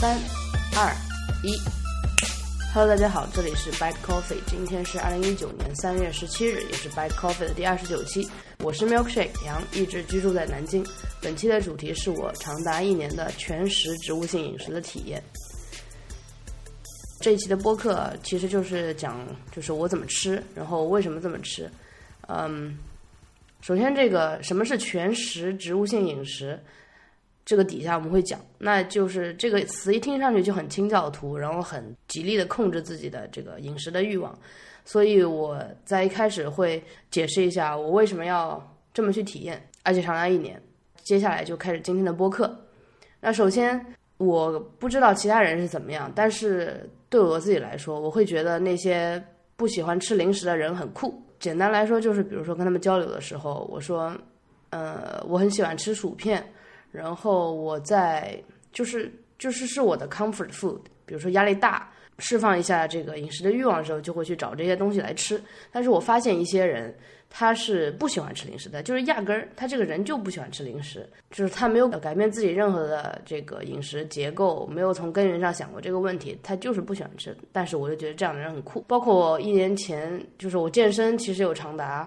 3、2、1。Hello， 大家好，这里是 Byte Coffee， 今天是2019年3月17日，也是 Byte Coffee 的第29期。我是 Milkshake 杨，一直居住在南京。本期的主题是我长达1年的全食植物性饮食的体验。这一期的播客其实就是讲，就是我怎么吃，然后为什么这么吃。首先这个什么是全食植物性饮食，这个底下我们会讲，那就是这个词一听上去就很清教徒，然后很极力的控制自己的这个饮食的欲望，所以我在一开始会解释一下我为什么要这么去体验，而且长达1年。接下来就开始今天的播客。那首先我不知道其他人是怎么样，但是对我自己来说，我会觉得那些不喜欢吃零食的人很酷。简单来说就是比如说跟他们交流的时候，我说我很喜欢吃薯片，然后我在就是我的 comfort food， 比如说压力大释放一下这个饮食的欲望的时候，就会去找这些东西来吃。但是我发现一些人他是不喜欢吃零食的，就是压根儿他这个人就不喜欢吃零食，就是他没有改变自己任何的这个饮食结构，没有从根源上想过这个问题，他就是不喜欢吃。但是我就觉得这样的人很酷。包括我1年前，就是我健身其实有长达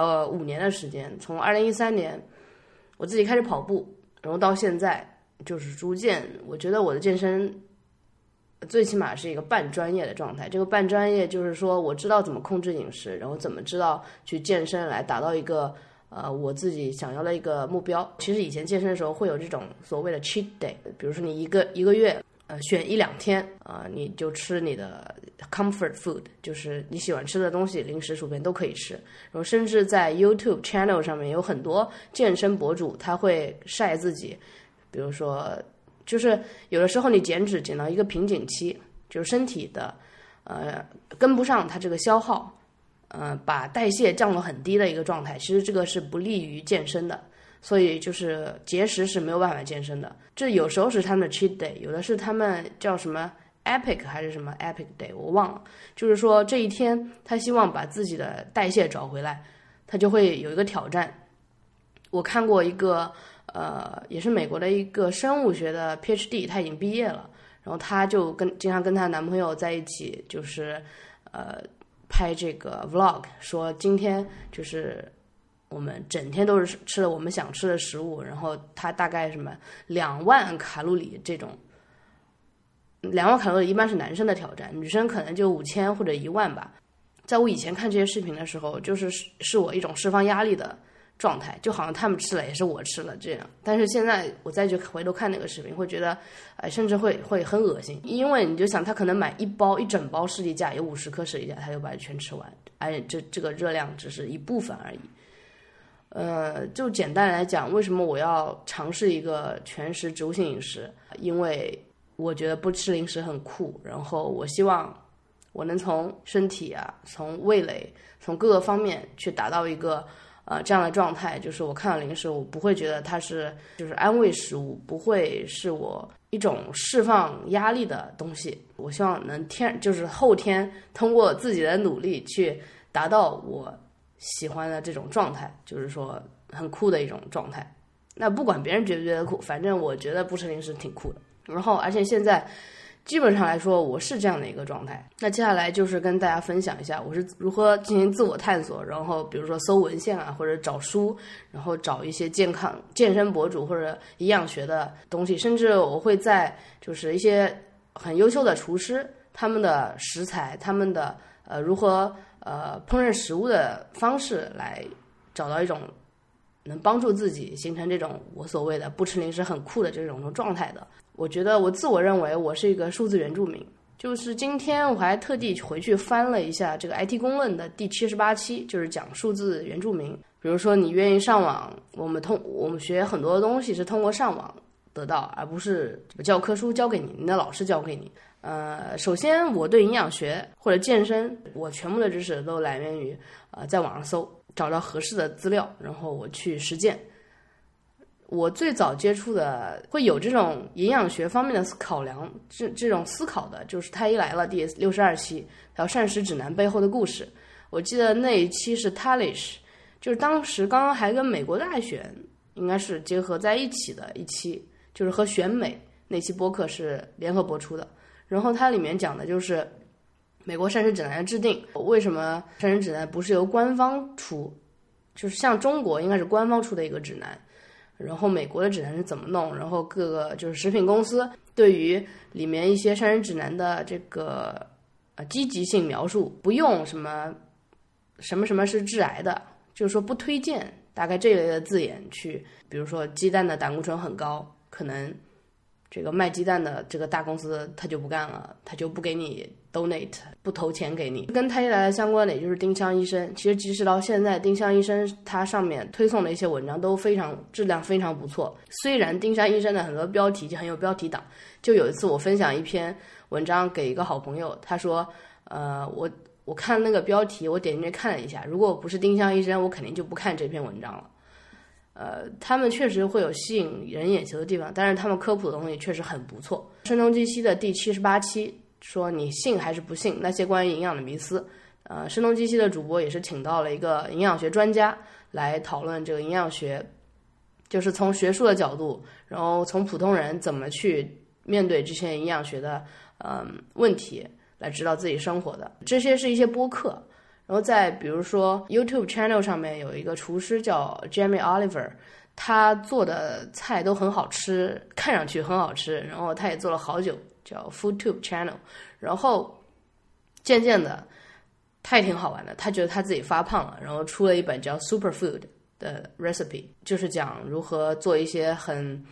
5年的时间，从2013年我自己开始跑步，然后到现在就是逐渐，我觉得我的健身最起码是一个半专业的状态。这个半专业就是说我知道怎么控制饮食，然后怎么知道去健身来达到一个我自己想要的一个目标。其实以前健身的时候会有这种所谓的 cheat day， 比如说你一个月选1-2天你就吃你的 comfort food， 就是你喜欢吃的东西，零食薯片都可以吃。然后甚至在 YouTube channel 上面有很多健身博主，他会晒自己，比如说就是有的时候你减脂减到一个瓶颈期，就是身体的跟不上它这个消耗，把代谢降到很低的一个状态，其实这个是不利于健身的。所以就是节食是没有办法健身的。这有时候是他们的 cheat day， 有的是他们叫什么 epic 还是什么 epic day 我忘了，就是说这一天他希望把自己的代谢找回来，他就会有一个挑战。我看过一个也是美国的一个生物学的 PhD， 他已经毕业了，然后他就经常跟她男朋友在一起，就是拍这个 vlog， 说今天就是我们整天都是吃了我们想吃的食物，然后他大概什么2万卡路里，这种2万卡路里一般是男生的挑战，女生可能就5000或者1万吧。在我以前看这些视频的时候，是我一种释放压力的状态，就好像他们吃了也是我吃了这样。但是现在我再去回头看那个视频，会觉得甚至会很恶心，因为你就想他可能买一整包士力架，有50颗士力架，他就把它全吃完，而且这个热量只是一部分而已。就简单来讲，为什么我要尝试一个全食植物性饮食？因为我觉得不吃零食很酷，然后我希望我能从身体从味蕾，从各个方面去达到一个这样的状态，就是我看到零食，我不会觉得它是就是安慰食物，不会是我一种释放压力的东西。我希望能就是后天通过自己的努力去达到我喜欢的这种状态，就是说很酷的一种状态。那不管别人觉不觉得酷，反正我觉得不吃零食挺酷的。然后而且现在基本上来说我是这样的一个状态。那接下来就是跟大家分享一下我是如何进行自我探索，然后比如说搜文献或者找书，然后找一些健身博主或者营养学的东西，甚至我会在就是一些很优秀的厨师他们的食材，他们的如何烹饪食物的方式，来找到一种能帮助自己形成这种我所谓的不吃零食很酷的这种状态的。我觉得我自我认为我是一个数字原住民，就是今天我还特地回去翻了一下这个 IT 公论的第78期，就是讲数字原住民。比如说你愿意上网，我们学很多东西是通过上网得到，而不是教科书教给你的老师教给你。首先我对营养学或者健身，我全部的知识都来源于在网上搜，找到合适的资料，然后我去实践。我最早接触的会有这种营养学方面的考量，这种思考的，就是太医来了第62期，还有膳食指南背后的故事。我记得那一期是 Talish， 就是当时刚刚还跟美国大选应该是结合在一起的一期，就是和选美那期播客是联合播出的。然后它里面讲的就是美国膳食指南的制定，为什么膳食指南不是由官方出，就是像中国应该是官方出的一个指南，然后美国的指南是怎么弄，然后各个就是食品公司对于里面一些膳食指南的这个积极性描述，不用什么什么什么是致癌的，就是说不推荐大概这类的字眼去，比如说鸡蛋的胆固醇很高，可能这个卖鸡蛋的这个大公司他就不干了，他就不给你 donate， 不投钱给你。跟太医来了相关的也就是丁香医生，其实即使到现在丁香医生他上面推送的一些文章都质量非常不错，虽然丁香医生的很多标题就很有标题党。就有一次我分享一篇文章给一个好朋友，他说我看那个标题，我点进去看了一下，如果我不是丁香医生，我肯定就不看这篇文章了。他们确实会有吸引人眼球的地方，但是他们科普的东西确实很不错。声东击西的第78期说你信还是不信那些关于营养的迷思，声东击西的主播也是请到了一个营养学专家来讨论这个营养学，就是从学术的角度，然后从普通人怎么去面对这些营养学的问题来指导自己生活的。这些是一些播客，然后再比如说 YouTube channel 上面有一个厨师叫 Jamie Oliver， 他做的菜都很好吃，看上去很好吃，然后他也做了好久，叫 FoodTube channel。 然后渐渐的他也挺好玩的，他觉得他自己发胖了，然后出了一本叫 Superfood 的 recipe， 就是讲如何做一些很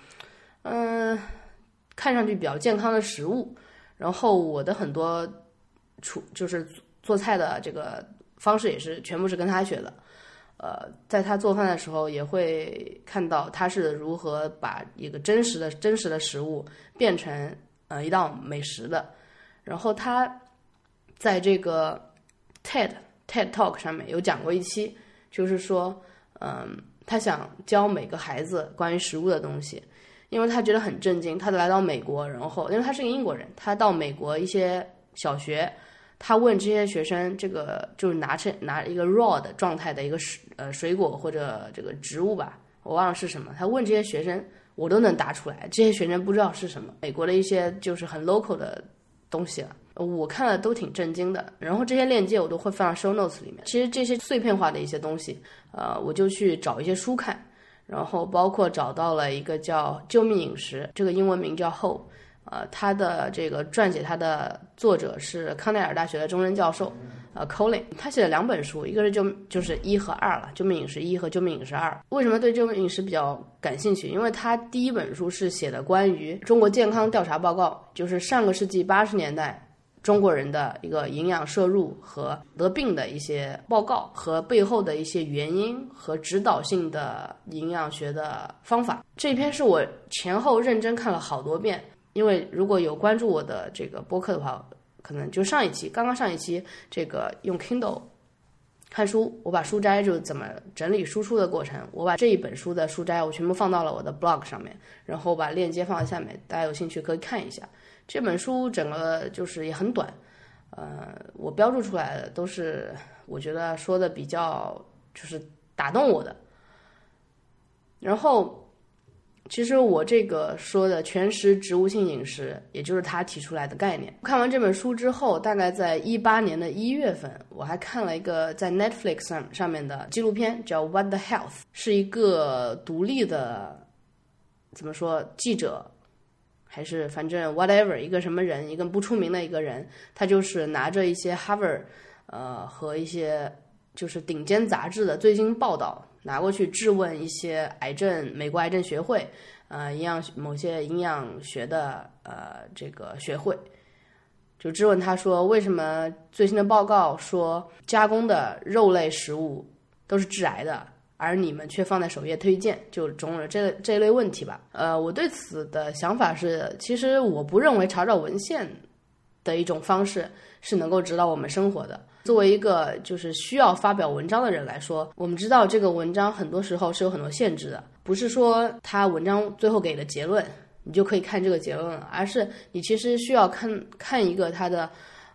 看上去比较健康的食物。然后我的很多就是做菜的这个方式也是全部是跟他学的。在他做饭的时候也会看到他是如何把一个真实的食物变成一道美食的。然后他在这个 TED Talk 上面有讲过一期，就是说他想教每个孩子关于食物的东西，因为他觉得很震惊。他来到美国，然后因为他是个英国人，他到美国一些小学，他问这些学生，这个就是拿一个 raw 的状态的一个水果或者这个植物吧，我忘了是什么，他问这些学生，我都能答出来，这些学生不知道是什么，美国的一些就是很 local 的东西了，我看了都挺震惊的。然后这些链接我都会放到 show notes 里面。其实这些碎片化的一些东西我就去找一些书看，然后包括找到了一个叫救命饮食，这个英文名叫 Whole，他的这个撰写他的作者是康奈尔大学的终身教授Colin， 他写了2本书，一个是就是1和2了，救命饮食1和救命饮食2。为什么对救命饮食比较感兴趣？因为他第一本书是写的关于中国健康调查报告，就是上个世纪80年代中国人的一个营养摄入和得病的一些报告和背后的一些原因和指导性的营养学的方法。这篇是我前后认真看了好多遍，因为如果有关注我的这个播客的话，可能就刚刚上一期这个用 Kindle 看书，我把书摘就怎么整理输出的过程，我把这一本书的书摘我全部放到了我的 blog 上面，然后把链接放在下面，大家有兴趣可以看一下。这本书整个就是也很短，我标注出来的都是我觉得说的比较就是打动我的。然后其实我这个说的全食植物性饮食，也就是他提出来的概念。看完这本书之后，大概在18年的1月份，我还看了一个在 Netflix 上面的纪录片，叫 What the Health， 是一个独立的怎么说记者还是反正 whatever 一个什么人，一个不出名的一个人，他就是拿着一些 Harvard 和一些就是顶尖杂志的最新报道拿过去质问一些美国癌症学会某些营养学的这个学会，就质问他说为什么最新的报告说加工的肉类食物都是致癌的，而你们却放在首页推荐，就种种这一类问题吧。我对此的想法是，其实我不认为查找文献的一种方式是能够指导我们生活的。作为一个就是需要发表文章的人来说，我们知道这个文章很多时候是有很多限制的，不是说他文章最后给的结论你就可以看这个结论了，而是你其实需要看一个他的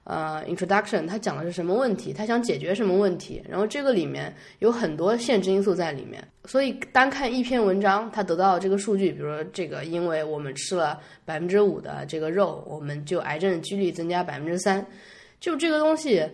introduction， 他讲的是什么问题，他想解决什么问题，然后这个里面有很多限制因素在里面，所以单看一篇文章，他得到这个数据，比如说这个因为我们吃了5%的这个肉，我们就癌症的几率增加3%，就这个东西，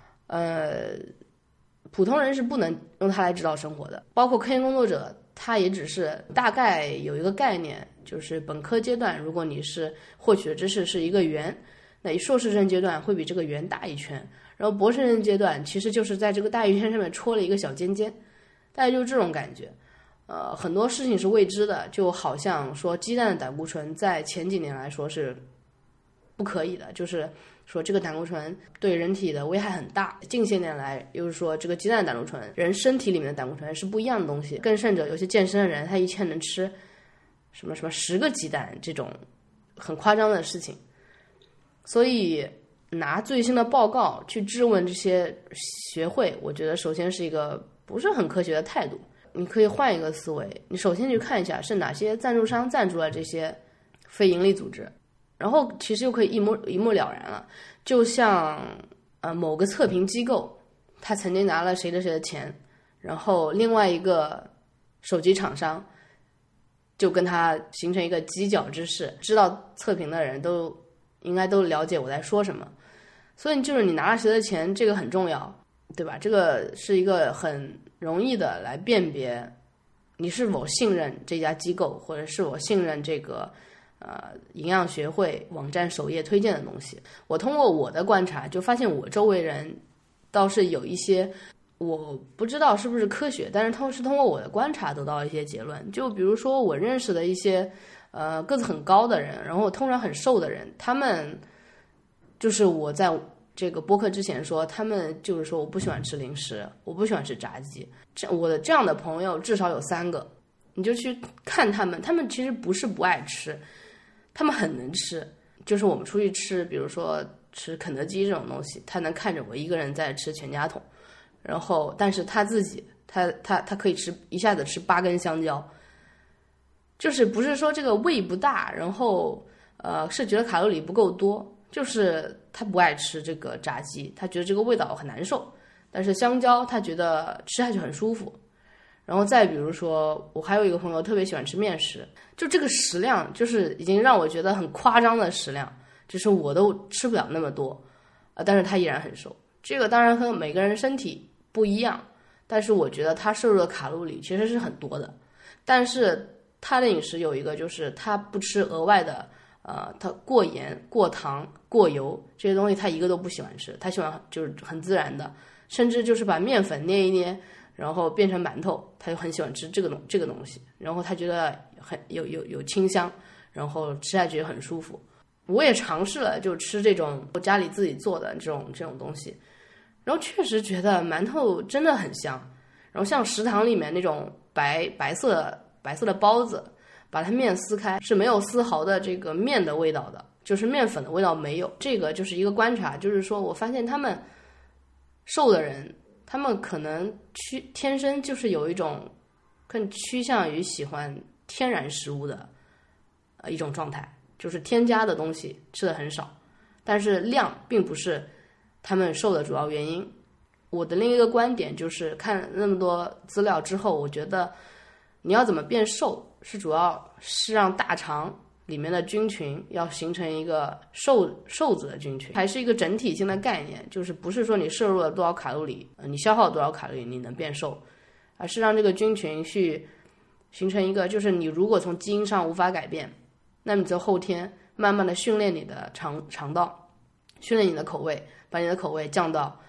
普通人是不能用它来指导生活的，包括科研工作者，他也只是大概有一个概念，就是本科阶段，如果你是获取的知识是一个圆，那硕士生阶段会比这个圆大一圈，然后博士生阶段其实就是在这个大圆圈上面戳了一个小尖尖，大概就是这种感觉。很多事情是未知的，就好像说鸡蛋的胆固醇在前几年来说是不可以的，就是说这个胆固醇对人体的危害很大。近些年来又是说这个鸡蛋的胆固醇人身体里面的胆固醇是不一样的东西，更甚者有些健身的人他一天能吃什么10个鸡蛋，这种很夸张的事情。所以拿最新的报告去质问这些学会，我觉得首先是一个不是很科学的态度。你可以换一个思维，你首先去看一下是哪些赞助商赞助了这些非营利组织，然后其实就可以一目了然了。就像某个测评机构他曾经拿了谁的钱，然后另外一个手机厂商就跟他形成一个犄角之势，知道测评的人应该都了解我在说什么。所以就是你拿了谁的钱，这个很重要，对吧？这个是一个很容易的来辨别你是否信任这家机构，或者是否信任这个营养学会网站首页推荐的东西。我通过我的观察就发现我周围人倒是有一些我不知道是不是科学，但是通过我的观察得到一些结论。就比如说我认识的一些个子很高的人，然后通常很瘦的人，他们就是我在这个播客之前说，他们就是说我不喜欢吃零食，我不喜欢吃炸鸡。我的这样的朋友至少有3个，你就去看他们其实不是不爱吃，他们很能吃。就是我们出去吃，比如说吃肯德基这种东西，他能看着我一个人在吃全家桶，然后但是他自己他可以一下子吃8根香蕉，就是不是说这个胃不大，然后是觉得卡路里不够多，就是他不爱吃这个炸鸡，他觉得这个味道很难受，但是香蕉他觉得吃下去很舒服。然后再比如说我还有一个朋友特别喜欢吃面食，就这个食量就是已经让我觉得很夸张的食量，就是我都吃不了那么多，但是他依然很瘦。这个当然和每个人身体不一样，但是我觉得他摄入的卡路里其实是很多的。但是他的饮食有一个就是他不吃额外的他过盐、过糖、过油这些东西，他一个都不喜欢吃，他喜欢就是很自然的，甚至就是把面粉捏一捏，然后变成馒头，他就很喜欢吃这个东西，然后他觉得很有清香，然后吃下去很舒服。我也尝试了，就吃这种我家里自己做的这种东西，然后确实觉得馒头真的很香。然后像食堂里面那种白色的包子，把它面撕开是没有丝毫的这个面的味道的，就是面粉的味道没有。这个就是一个观察，就是说我发现他们瘦的人，他们可能天生就是有一种更趋向于喜欢天然食物的一种状态，就是添加的东西吃的很少，但是量并不是他们瘦的主要原因。我的另一个观点就是看那么多资料之后，我觉得你要怎么变瘦，是主要是让大肠里面的菌群要形成一个瘦子的菌群，还是一个整体性的概念，就是不是说你摄入了多少卡路里，你消耗多少卡路里你能变瘦，而是让这个菌群去形成一个，就是你如果从基因上无法改变，那么你就后天慢慢的训练你的肠道，训练你的口味，把你的口味降到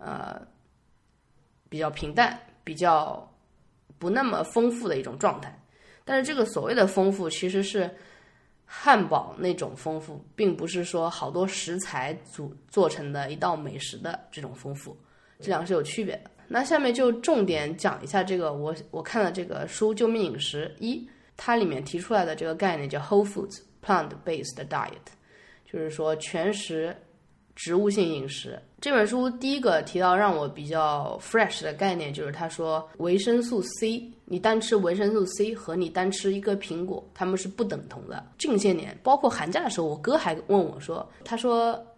比较平淡、比较不那么丰富的一种状态。但是这个所谓的丰富其实是汉堡那种丰富，并不是说好多食材做成的一道美食的这种丰富，这两个是有区别的。那下面就重点讲一下这个我看了这个书《救命饮食1》，它里面提出来的这个概念叫 Whole Foods Plant-Based Diet， 就是说全食植物性饮食。这本书第一个提到让我比较 fresh 的概念，就是他说维生素 C， 你单吃维生素 C 和你单吃一个苹果，它们是不等同的。近些年包括寒假的时候，我哥还问我说，他说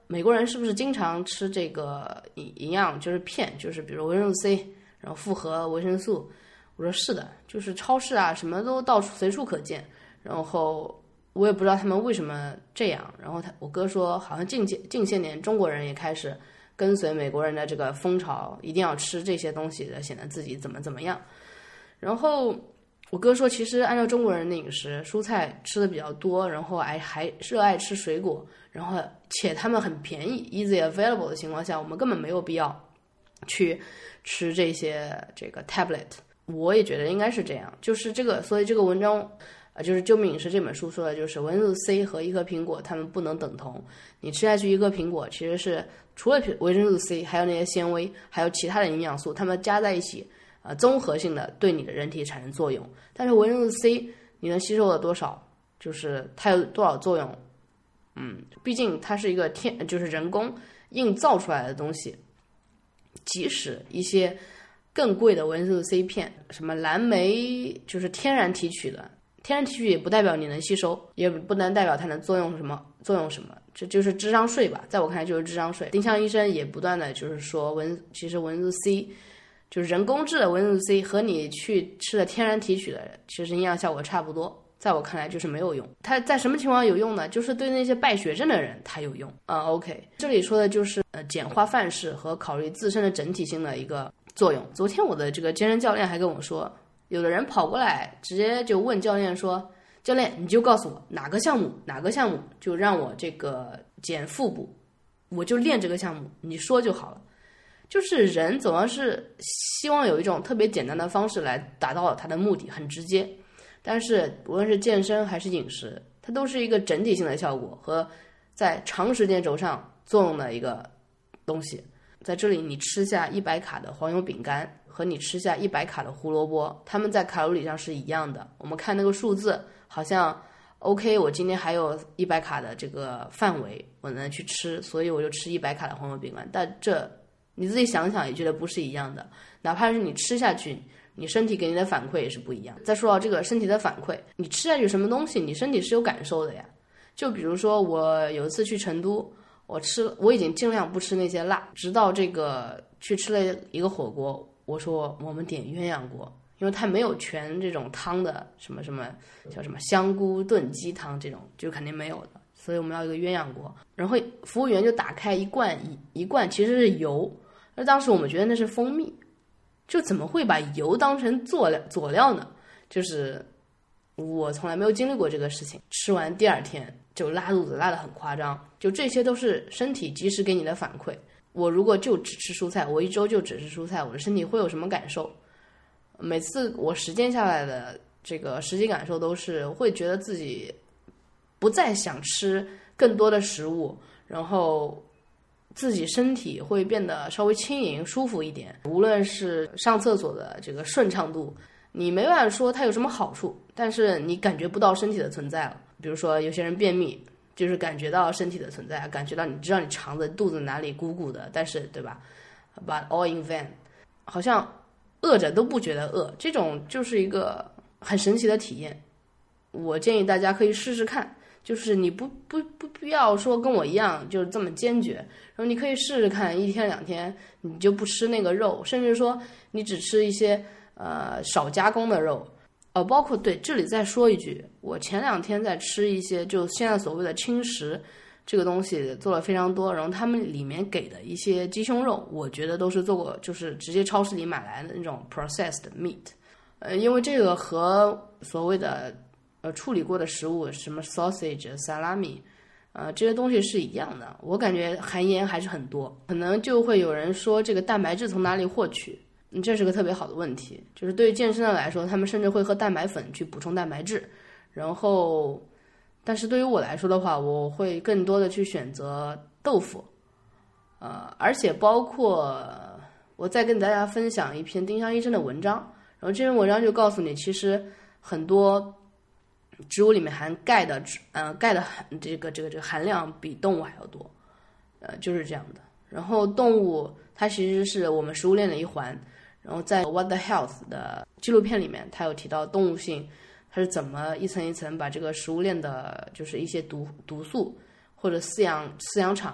美国人是不是经常吃这个营养就是片，就是比如维生素 C， 然后复合维生素？我说是的，就是超市啊什么都到处随处可见。然后我也不知道他们为什么这样。然后我哥说，好像近些年中国人也开始跟随美国人的这个风潮，一定要吃这些东西的，显得自己怎么样。然后我哥说，其实按照中国人的饮食，蔬菜吃的比较多，然后还热爱吃水果，然后且他们很便宜 easy available 的情况下，我们根本没有必要去吃这个 tablet。 我也觉得应该是这样，就是这个，所以这个文章就是《救命饮食》这本书说的就是维生素 C 和一颗苹果它们不能等同。你吃下去一颗苹果，其实是除了维生素 C 还有那些纤维还有其他的营养素，它们加在一起综合性的对你的人体产生作用。但是维生素 C 你能吸收了多少，就是它有多少作用，毕竟它是一个就是人工硬造出来的东西。即使一些更贵的维生素 C 片，什么蓝莓就是天然提取的，天然提取也不代表你能吸收，也不能代表它能作用什么，这就是智商税吧，在我看来就是智商税。丁香医生也不断的就是说其实维生素 C 就是人工制的维生素 C 和你去吃的天然提取的其实营养效果差不多，在我看来就是没有用。它在什么情况有用呢？就是对那些败血症的人它有用。OK， 这里说的就是简化范式和考虑自身的整体性的一个作用。昨天我的这个健身教练还跟我说，有的人跑过来直接就问教练说，教练你就告诉我哪个项目就让我这个减腹部，我就练这个项目，你说就好了。就是人总要是希望有一种特别简单的方式来达到他的目的，很直接。但是无论是健身还是饮食，它都是一个整体性的效果和在长时间轴上作用的一个东西。在这里你吃下100卡的黄油饼干和你吃下100卡的胡萝卜，它们在卡路里上是一样的。我们看那个数字好像 OK， 我今天还有100卡的这个范围我能去吃，所以我就吃100卡的黄油饼干。但这你自己想想也觉得不是一样的，哪怕是你吃下去，你身体给你的反馈也是不一样。再说到这个身体的反馈，你吃下去什么东西，你身体是有感受的呀。就比如说我有一次去成都，我已经尽量不吃那些辣，直到这个去吃了一个火锅，我说我们点鸳鸯锅，因为它没有全这种汤的什么叫什么香菇炖鸡汤这种，就肯定没有的，所以我们要一个鸳鸯锅。然后服务员就打开一罐其实是油，而当时我们觉得那是蜂蜜，就怎么会把油当成佐料呢？就是我从来没有经历过这个事情。吃完第二天就拉肚子，拉得很夸张，就这些都是身体及时给你的反馈。我如果就只吃蔬菜，我一周就只吃蔬菜，我的身体会有什么感受？每次我实践下来的这个实际感受都是会觉得自己不再想吃更多的食物，然后自己身体会变得稍微轻盈舒服一点。无论是上厕所的这个顺畅度，你没办法说它有什么好处，但是你感觉不到身体的存在了。比如说有些人便秘，就是感觉到身体的存在，感觉到你知道你肠子肚子哪里鼓鼓的，但是对吧 But all in vain， 好像饿着都不觉得饿，这种就是一个很神奇的体验。我建议大家可以试试看，就是你不必要说跟我一样就是这么坚决，然后你可以试试看，1天2天你就不吃那个肉，甚至说你只吃一些少加工的肉。包括对，这里再说一句，我前2天在吃一些就现在所谓的轻食这个东西做了非常多，然后他们里面给的一些鸡胸肉，我觉得都是做过，就是直接超市里买来的那种 processed meat。因为这个和所谓的处理过的食物，什么 sausage、salami，这些东西是一样的，我感觉含盐还是很多。可能就会有人说这个蛋白质从哪里获取？这是个特别好的问题，就是对于健身的来说，他们甚至会喝蛋白粉去补充蛋白质。然后，但是对于我来说的话，我会更多的去选择豆腐，而且包括我再跟大家分享一篇丁香医生的文章，然后这篇文章就告诉你，其实很多植物里面含钙的这个含量比动物还要多，就是这样的。然后动物它其实是我们食物链的一环。然后在 What the Health 的纪录片里面，它有提到动物性它是怎么一层一层把这个食物链的就是一些毒素或者饲养场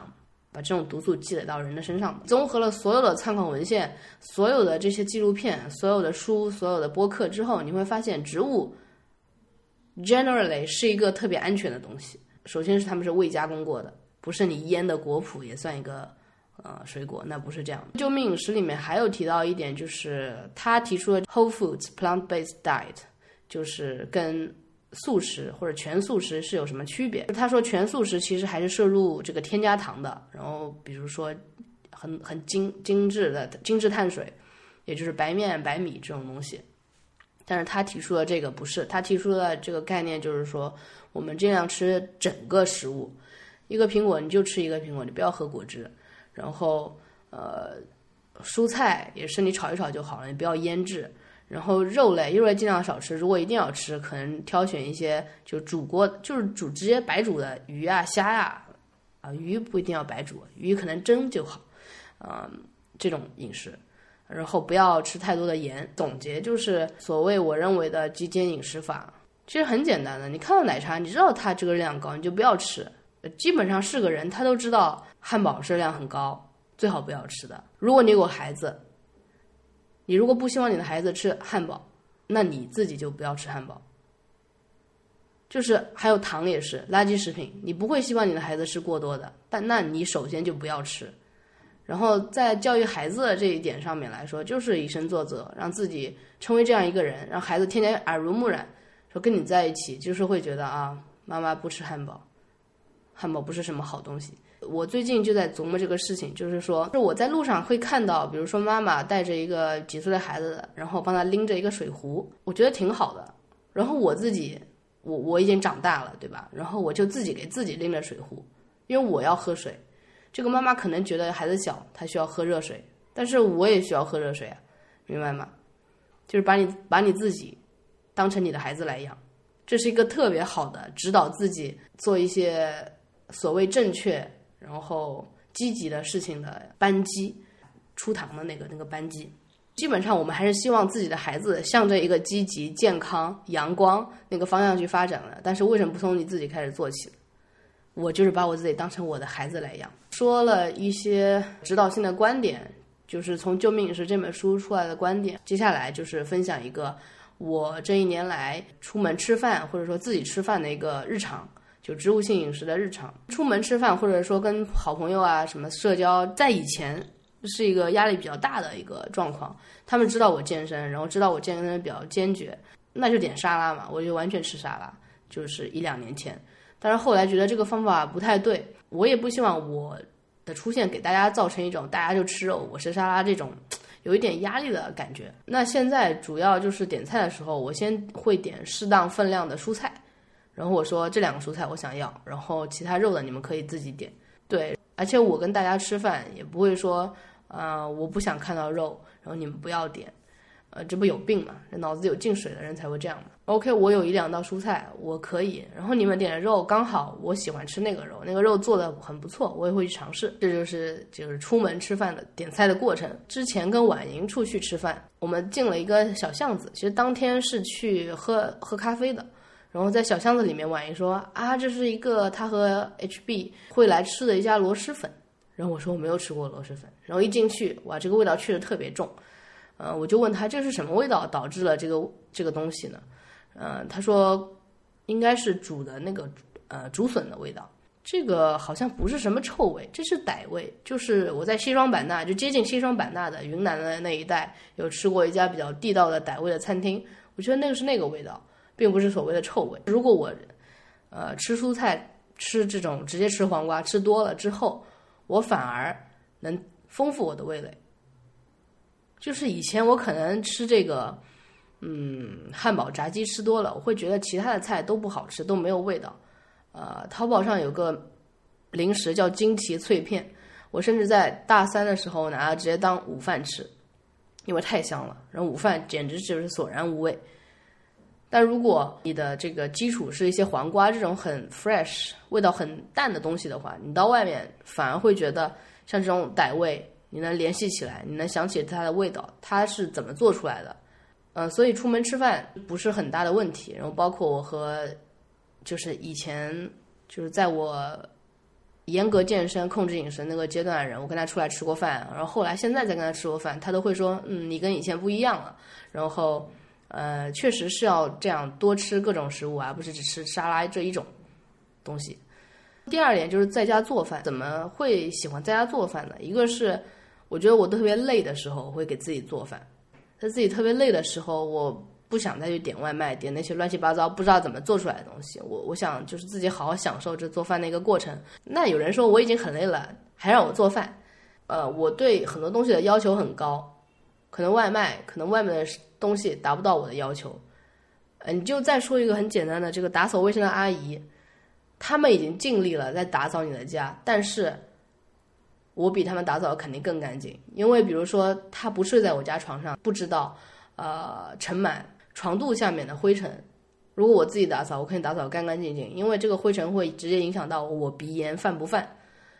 把这种毒素积累到人的身上。综合了所有的参考文献、所有的这些纪录片、所有的书、所有的播客之后，你会发现植物 generally 是一个特别安全的东西。首先是它们是未加工过的，不是你腌的果脯也算一个水果，那不是这样。救命饮食里面还有提到一点，就是他提出了 whole foods plant-based diet， 就是跟素食或者全素食是有什么区别。他说全素食其实还是摄入这个添加糖的，然后比如说很精致碳水，也就是白面白米这种东西。但是他提出的这个不是，他提出的这个概念就是说我们尽量吃整个食物，一个苹果你就吃一个苹果，你不要喝果汁，然后蔬菜也是你炒一炒就好了，你不要腌制。然后肉类尽量少吃，如果一定要吃，可能挑选一些就煮过，就是直接白煮的鱼啊虾呀鱼不一定要白煮，鱼可能蒸就好这种饮食。然后不要吃太多的盐。总结就是所谓我认为的极简饮食法，其实很简单的，你看到奶茶你知道它这个热量高，你就不要吃。基本上是个人他都知道汉堡热量很高，最好不要吃的。如果你有孩子，你如果不希望你的孩子吃汉堡，那你自己就不要吃汉堡。就是还有糖也是垃圾食品，你不会希望你的孩子吃过多的，但那你首先就不要吃。然后在教育孩子的这一点上面来说，就是以身作则，让自己成为这样一个人，让孩子天天耳濡目染，说跟你在一起就是会觉得妈妈不吃汉堡，汉堡不是什么好东西。我最近就在琢磨这个事情，就是说我在路上会看到，比如说妈妈带着一个几岁的孩子，然后帮他拎着一个水壶，我觉得挺好的。然后我自己我已经长大了，对吧？然后我就自己给自己拎着水壶，因为我要喝水。这个妈妈可能觉得孩子小，她需要喝热水，但是我也需要喝热水啊，明白吗？就是把你自己当成你的孩子来养，这是一个特别好的指导自己做一些所谓正确然后积极的事情的扳机，出堂的那个扳机。基本上我们还是希望自己的孩子向着一个积极、健康、阳光那个方向去发展的，但是为什么不从你自己开始做起？我就是把我自己当成我的孩子来养。说了一些指导性的观点，就是从《救命饮食》这本书出来的观点。接下来就是分享一个我这一年来出门吃饭或者说自己吃饭的一个日常，就植物性饮食的日常。出门吃饭或者说跟好朋友什么社交，在以前是一个压力比较大的一个状况，他们知道我健身，然后知道我健身比较坚决，那就点沙拉嘛，我就完全吃沙拉，就是1-2年前。但是后来觉得这个方法不太对，我也不希望我的出现给大家造成一种大家就吃肉我吃沙拉这种有一点压力的感觉。那现在主要就是点菜的时候，我先会点适当分量的蔬菜，然后我说这2个蔬菜我想要，然后其他肉的你们可以自己点。对，而且我跟大家吃饭也不会说我不想看到肉，然后你们不要点，这不有病吗？这脑子有进水的人才会这样嘛。OK， 我有1-2道蔬菜我可以，然后你们点的肉刚好我喜欢吃那个肉，那个肉做的很不错，我也会去尝试。这就是出门吃饭的点菜的过程。之前跟婉莹出去吃饭，我们进了一个小巷子，其实当天是去喝咖啡的，然后在小巷子里面，婉莹说这是一个她和 HB 会来吃的一家螺蛳粉，然后我说我没有吃过螺蛳粉，然后一进去，哇，这个味道确实特别重。我就问他这是什么味道导致了这个东西呢？他说应该是煮的那个竹笋的味道。这个好像不是什么臭味，这是傣味。就是我在西双版纳，就接近西双版纳的云南的那一带，有吃过一家比较地道的傣味的餐厅，我觉得那个是那个味道，并不是所谓的臭味。如果我吃蔬菜，吃这种直接吃黄瓜吃多了之后，我反而能丰富我的味蕾。就是以前我可能吃这个汉堡炸鸡吃多了，我会觉得其他的菜都不好吃，都没有味道。淘宝上有个零食叫金提脆片，我甚至在大3的时候拿它直接当午饭吃，因为太香了，然后午饭简直就是索然无味。但如果你的这个基础是一些黄瓜这种很 fresh 味道很淡的东西的话，你到外面反而会觉得像这种傣味你能联系起来，你能想起它的味道，它是怎么做出来的。所以出门吃饭不是很大的问题。然后包括我和就是以前就是在我严格健身控制饮食那个阶段的人，我跟他出来吃过饭，然后后来现在再跟他吃过饭，他都会说你跟以前不一样了，然后确实是要这样多吃各种食物啊，不是只吃沙拉这一种东西。第二点就是在家做饭，怎么会喜欢在家做饭呢？一个是我觉得我特别累的时候我会给自己做饭，在自己特别累的时候我不想再去点外卖，点那些乱七八糟不知道怎么做出来的东西，我想就是自己好好享受这做饭的一个过程。那有人说我已经很累了还让我做饭，我对很多东西的要求很高，可能外面的东西达不到我的要求。你就再说一个很简单的，这个打扫卫生的阿姨，他们已经尽力了在打扫你的家，但是我比他们打扫的肯定更干净。因为比如说他不睡在我家床上，不知道盛满床肚下面的灰尘，如果我自己打扫，我可以打扫干干净净，因为这个灰尘会直接影响到我鼻炎犯不犯。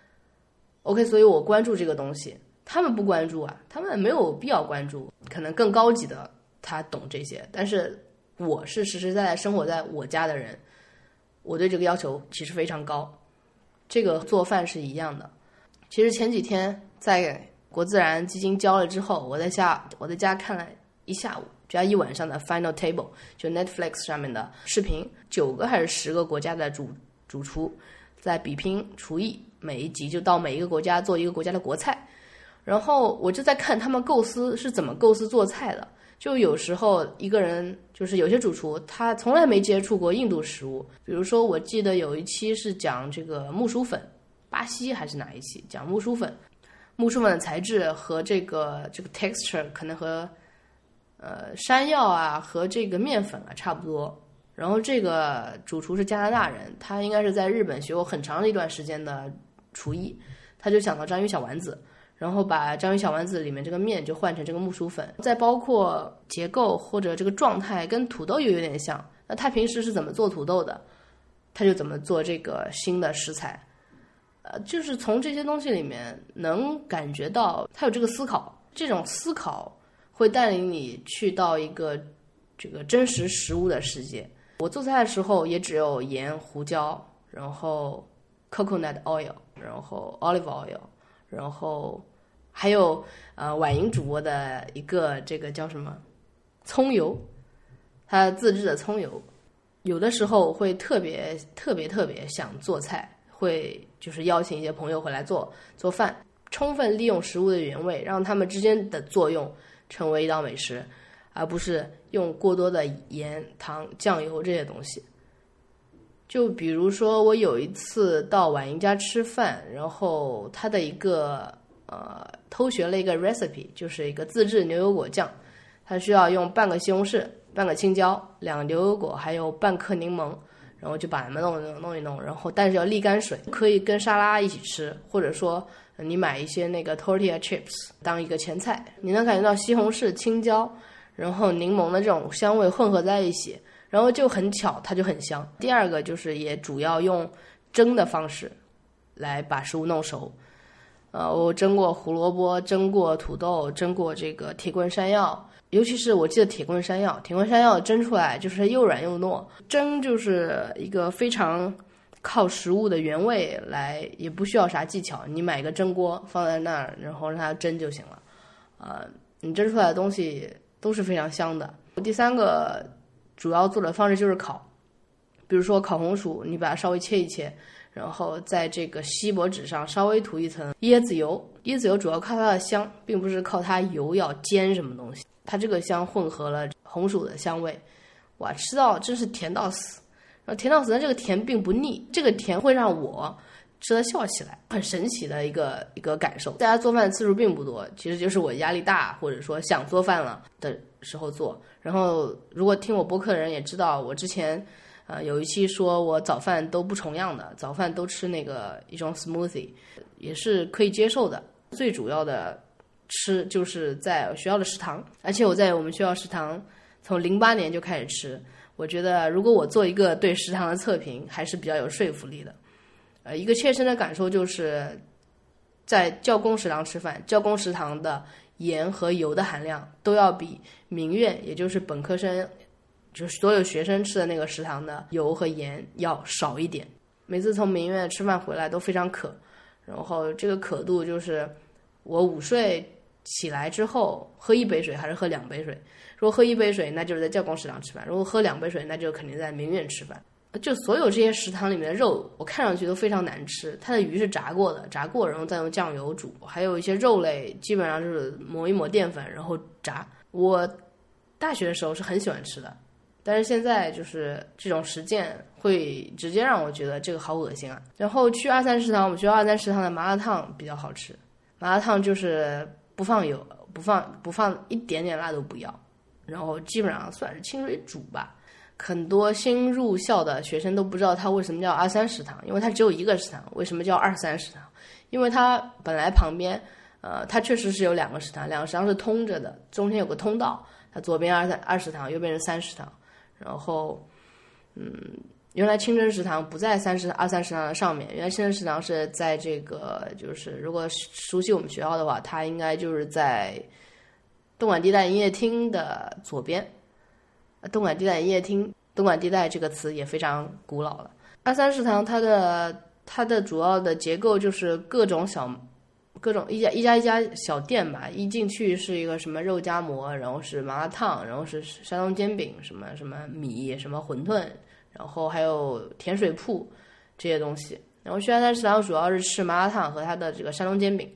OK， 所以我关注这个东西，他们不关注啊，他们没有必要关注，可能更高级的他懂这些，但是我是实实在在生活在我家的人，我对这个要求其实非常高。这个做饭是一样的。其实前几天在国自然基金交了之后，我在家看了一下午加一晚上的 Final Table， 就 Netflix 上面的视频，9个还是10个国家的主厨在比拼厨艺，每一集就到每一个国家做一个国家的国菜，然后我就在看他们构思是怎么构思做菜的。就有时候一个人就是有些主厨他从来没接触过印度食物，比如说我记得有一期是讲这个木薯粉，巴西还是哪一期讲木薯粉的材质和这个 texture 可能和山药啊和这个面粉啊差不多。然后这个主厨是加拿大人，他应该是在日本学过很长的一段时间的厨艺，他就想到章鱼小丸子，然后把章鱼小丸子里面这个面就换成这个木薯粉，再包括结构或者这个状态跟土豆又有点像。那他平时是怎么做土豆的，他就怎么做这个新的食材。就是从这些东西里面能感觉到他有这个思考，这种思考会带领你去到一个这个真实食物的世界。我做菜的时候也只有盐、胡椒，然后 coconut oil， 然后 olive oil， 然后还有婉莹主播的一个这个叫什么葱油，他自制的葱油。有的时候会特别想做菜，会就是邀请一些朋友回来做饭，充分利用食物的原味，让它们之间的作用成为一道美食，而不是用过多的盐、糖、酱油这些东西。就比如说我有一次到婉莹家吃饭，然后他的一个偷学了一个 recipe， 就是一个自制牛油果酱，它需要用半个西红柿、半个青椒、2个牛油果还有半颗柠檬，然后就把它们弄一弄，然后但是要沥干水，可以跟沙拉一起吃，或者说你买一些那个 tortilla chips 当一个前菜，你能感觉到西红柿、青椒然后柠檬的这种香味混合在一起，然后就很巧它就很香。第二个就是也主要用蒸的方式来把食物弄熟。我蒸过胡萝卜，蒸过土豆，蒸过这个铁棍山药，尤其是我记得铁棍山药蒸出来就是又软又糯。蒸就是一个非常靠食物的原味来，也不需要啥技巧，你买一个蒸锅放在那儿，然后让它蒸就行了。你蒸出来的东西都是非常香的。第三个主要做的方式就是烤，比如说烤红薯，你把它稍微切一切，然后在这个锡箔纸上稍微涂一层椰子油。椰子油主要靠它的香，并不是靠它油要煎什么东西，它这个香混合了红薯的香味，哇，吃到真是甜到死。然后甜到死，但这个甜并不腻，这个甜会让我吃得笑起来，很神奇的一个感受。大家做饭的次数并不多，其实就是我压力大或者说想做饭了的时候做。然后如果听我播客的人也知道，我之前有一期说我早饭都不重样的，早饭都吃那个一种 smoothie， 也是可以接受的。最主要的吃就是在学校的食堂，而且我在我们学校食堂从08年就开始吃。我觉得如果我做一个对食堂的测评还是比较有说服力的。一个切身的感受就是在教工食堂吃饭，教工食堂的盐和油的含量都要比民院，也就是本科生就是所有学生吃的那个食堂的油和盐要少一点。 每次从民院吃饭回来都非常渴，然后这个渴度就是我午睡起来之后喝1杯水还是喝2杯水，如果喝1杯水那就是在教工食堂吃饭，如果喝2杯水那就肯定在民院吃饭。就所有这些食堂里面的肉我看上去都非常难吃，它的鱼是炸过然后再用酱油煮，还有一些肉类基本上就是抹一抹淀粉然后炸。我大学的时候是很喜欢吃的，但是现在就是这种实践会直接让我觉得这个好恶心啊。然后去23食堂，我们学校23食堂的麻辣烫比较好吃，麻辣烫就是不放油，不放一点点辣都不要，然后基本上算是清水煮吧。很多新入校的学生都不知道它为什么叫23食堂，因为它只有一个食堂。为什么叫23食堂？因为它本来旁边它确实是有2个食堂，2个食堂是通着的，中间有个通道，它左边2食堂，右边是3食堂。然后原来清真食堂不在23食堂的上面，原来清真食堂是在这个，就是如果熟悉我们学校的话，它应该就是在东莞地带营业厅的左边。东莞地带营业厅，东莞地带这个词也非常古老了。23食堂它的主要的结构就是各种一家小店吧，一进去是一个什么肉夹馍，然后是麻辣烫，然后是山东煎饼，什么米，什么馄饨，然后还有甜水铺这些东西。然后去23食堂主要是吃麻辣烫和它的这个山东煎饼，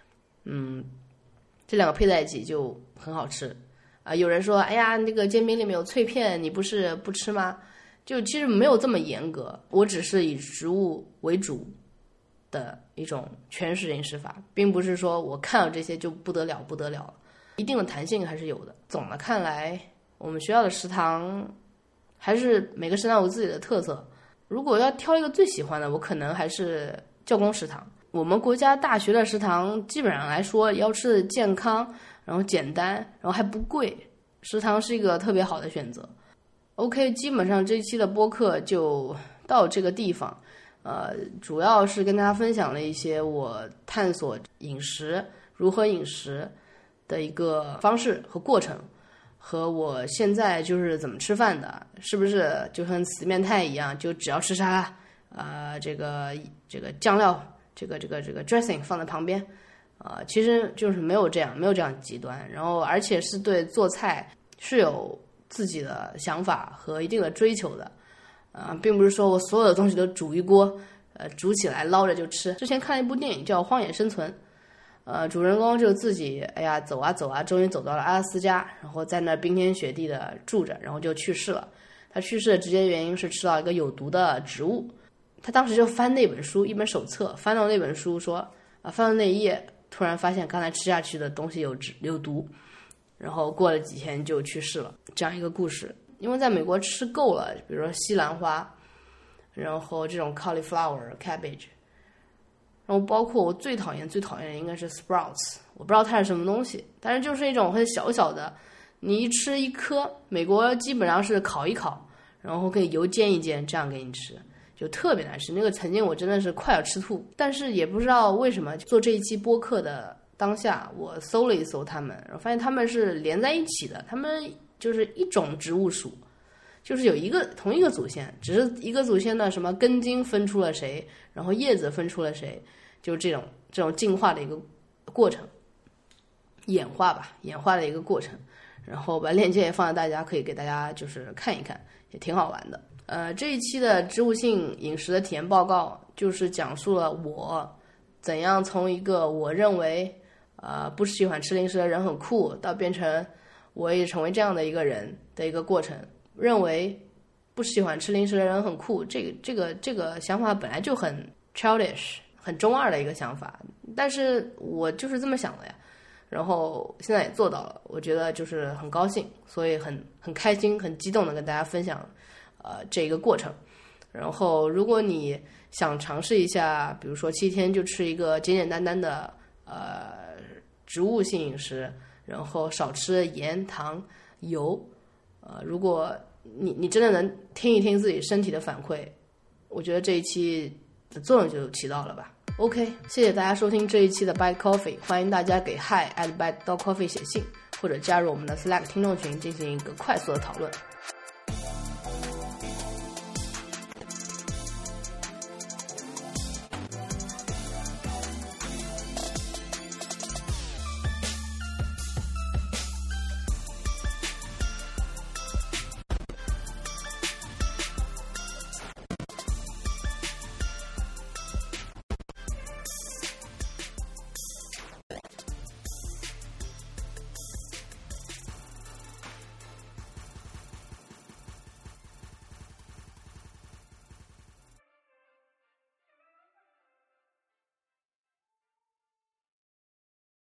这2个配在一起就很好吃。有人说，哎呀，那个煎饼里面有脆片，你不是不吃吗？就其实没有这么严格，我只是以植物为主的一种全食饮食法，并不是说我看到这些就不得了了，一定的弹性还是有的。总的看来，我们学校的食堂还是每个食堂有自己的特色。如果要挑一个最喜欢的，我可能还是教工食堂。我们国家大学的食堂基本上来说要吃的健康，然后简单，然后还不贵，食堂是一个特别好的选择。OK， 基本上这一期的播客就到这个地方。主要是跟大家分享了一些我探索饮食如何饮食的一个方式和过程，和我现在就是怎么吃饭的，是不是就跟死面太一样，就只要吃沙拉，这个酱料，这个 dressing 放在旁边，其实就是没有这样极端，然后而且是对做菜是有自己的想法和一定的追求的。并不是说我所有的东西都煮一锅，煮起来捞着就吃。之前看了一部电影叫《荒野生存》，主人公就自己走啊，终于走到了阿拉斯加，然后在那冰天雪地的住着，然后就去世了。他去世的直接原因是吃到一个有毒的植物。他当时就翻那本书，一本手册，翻到那本书说，翻到那一页，突然发现刚才吃下去的东西有毒，然后过了几天就去世了。这样一个故事。因为在美国吃够了，比如说西兰花，然后这种 cauliflower、cabbage， 然后包括我最讨厌的应该是 sprouts， 我不知道它是什么东西，但是就是一种很小小的，你一吃一颗，美国基本上是烤一烤，然后可以油煎一煎，这样给你吃，就特别难吃。那个曾经我真的是快要吃吐，但是也不知道为什么做这一期播客的当下，我搜了一搜他们，然后发现他们是连在一起的，他们就是一种植物属，就是有同一个祖先，只是一个祖先的什么根茎分出了谁，然后叶子分出了谁，就是这种进化的一个过程，演化的一个过程。然后把链接也放在大家可以给大家就是看一看，也挺好玩的。这一期的植物性饮食的体验报告就是讲述了我怎样从一个我认为不喜欢吃零食的人很酷，到变成我也成为这样的一个人的一个过程。认为不喜欢吃零食的人很酷，这个想法本来就很 childish， 很中二的一个想法，但是我就是这么想的呀。然后现在也做到了，我觉得就是很高兴，所以很开心、很激动的跟大家分享这一个过程。然后如果你想尝试一下，比如说7天就吃一个简简单单的植物性饮食，然后少吃盐、糖、油，如果你真的能听一听自己身体的反馈，我觉得这一期的作用就起到了吧。OK， 谢谢大家收听这一期的 Bite Coffee， 欢迎大家给 hi@bite.coffee 写信，或者加入我们的 Slack 听众群进行一个快速的讨论。